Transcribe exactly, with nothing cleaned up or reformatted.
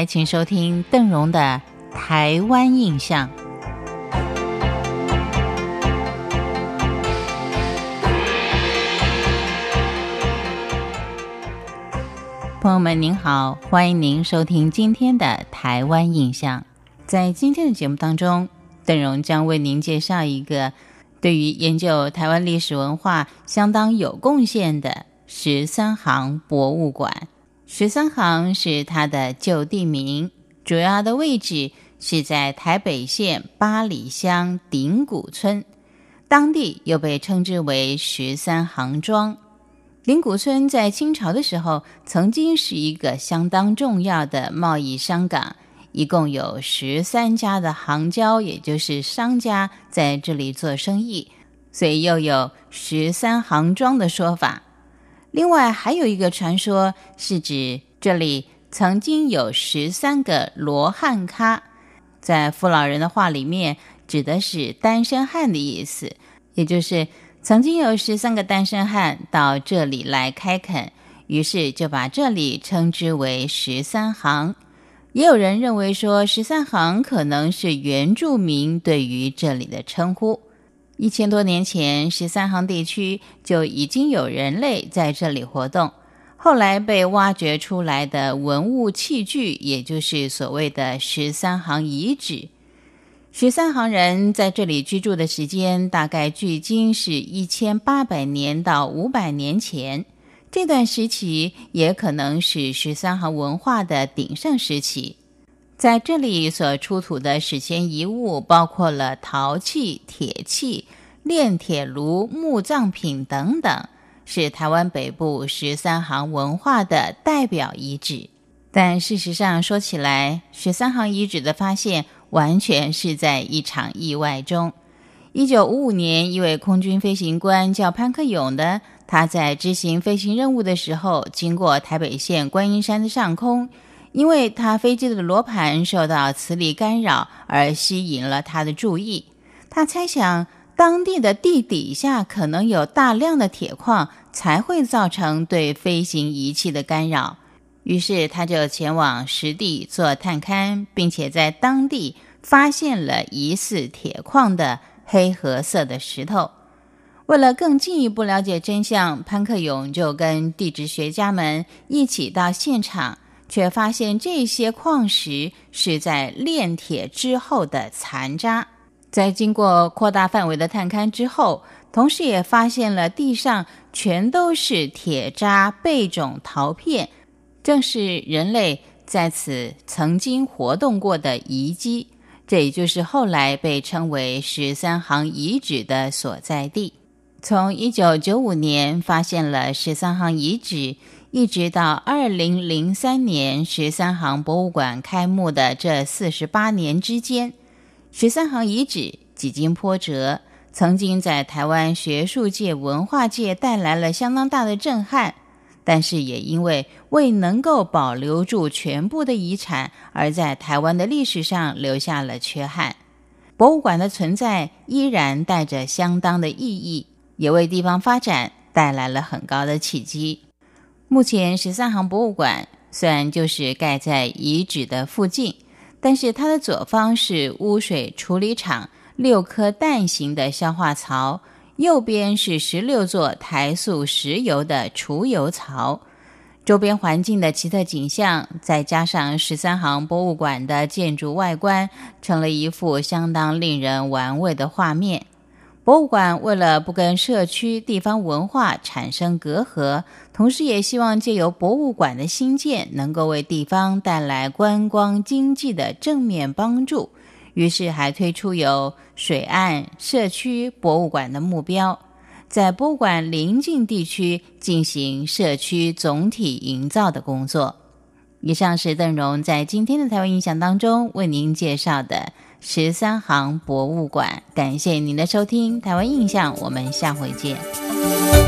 请收听邓荣的台湾印象。朋友们您好，欢迎您收听今天的台湾印象。在今天的节目当中，邓荣将为您介绍一个对于研究台湾历史文化相当有贡献的十三行博物馆。十三行是它的旧地名，主要的位置是在台北县八里乡顶谷村，当地又被称之为十三行庄。顶谷村在清朝的时候曾经是一个相当重要的贸易商港，一共有十三家的行交，也就是商家在这里做生意，所以又有十三行庄的说法。另外还有一个传说是指这里曾经有十三个罗汉咖，在傅老人的话里面指的是单身汉的意思，也就是曾经有十三个单身汉到这里来开垦，于是就把这里称之为十三行。也有人认为说十三行可能是原住民对于这里的称呼。一千多年前，十三行地区就已经有人类在这里活动，后来被挖掘出来的文物器具，也就是所谓的十三行遗址。十三行人在这里居住的时间大概距今是一千八百年到五百年前，这段时期也可能是十三行文化的鼎盛时期。在这里所出土的史前遗物包括了陶器、铁器、炼铁炉、木葬品等等，是台湾北部十三行文化的代表遗址。但事实上说起来，十三行遗址的发现完全是在一场意外中。一九五五年，一位空军飞行官叫潘克勇的，他在执行飞行任务的时候，经过台北县观音山的上空，因为他飞机的罗盘受到磁力干扰而吸引了他的注意。他猜想当地的地底下可能有大量的铁矿，才会造成对飞行仪器的干扰。于是他就前往实地做探勘，并且在当地发现了疑似铁矿的黑褐色的石头。为了更进一步了解真相，潘克勇就跟地质学家们一起到现场，却发现这些矿石是在炼铁之后的残渣。在经过扩大范围的探勘之后，同时也发现了地上全都是铁渣贝种陶片，正是人类在此曾经活动过的遗迹，这也就是后来被称为十三行遗址的所在地。从一九九五年发现了十三行遗址，一直到二零零三年十三行博物馆开幕的这四十八年之间，十三行遗址几经波折，曾经在台湾学术界、文化界带来了相当大的震撼，但是也因为未能够保留住全部的遗产，而在台湾的历史上留下了缺憾。博物馆的存在依然带着相当的意义，也为地方发展带来了很高的契机。目前十三行博物馆虽然就是盖在遗址的附近，但是它的左方是污水处理厂六颗蛋形的消化槽，右边是十六座台塑石油的储油槽。周边环境的奇特景象，再加上十三行博物馆的建筑外观，成了一幅相当令人玩味的画面。博物馆为了不跟社区地方文化产生隔阂，同时也希望借由博物馆的兴建能够为地方带来观光经济的正面帮助，于是还推出有水岸社区博物馆的目标，在博物馆邻近地区进行社区总体营造的工作。以上是邓荣在今天的台湾印象当中为您介绍的十三行博物馆，感谢您的收听，台湾印象，我们下回见。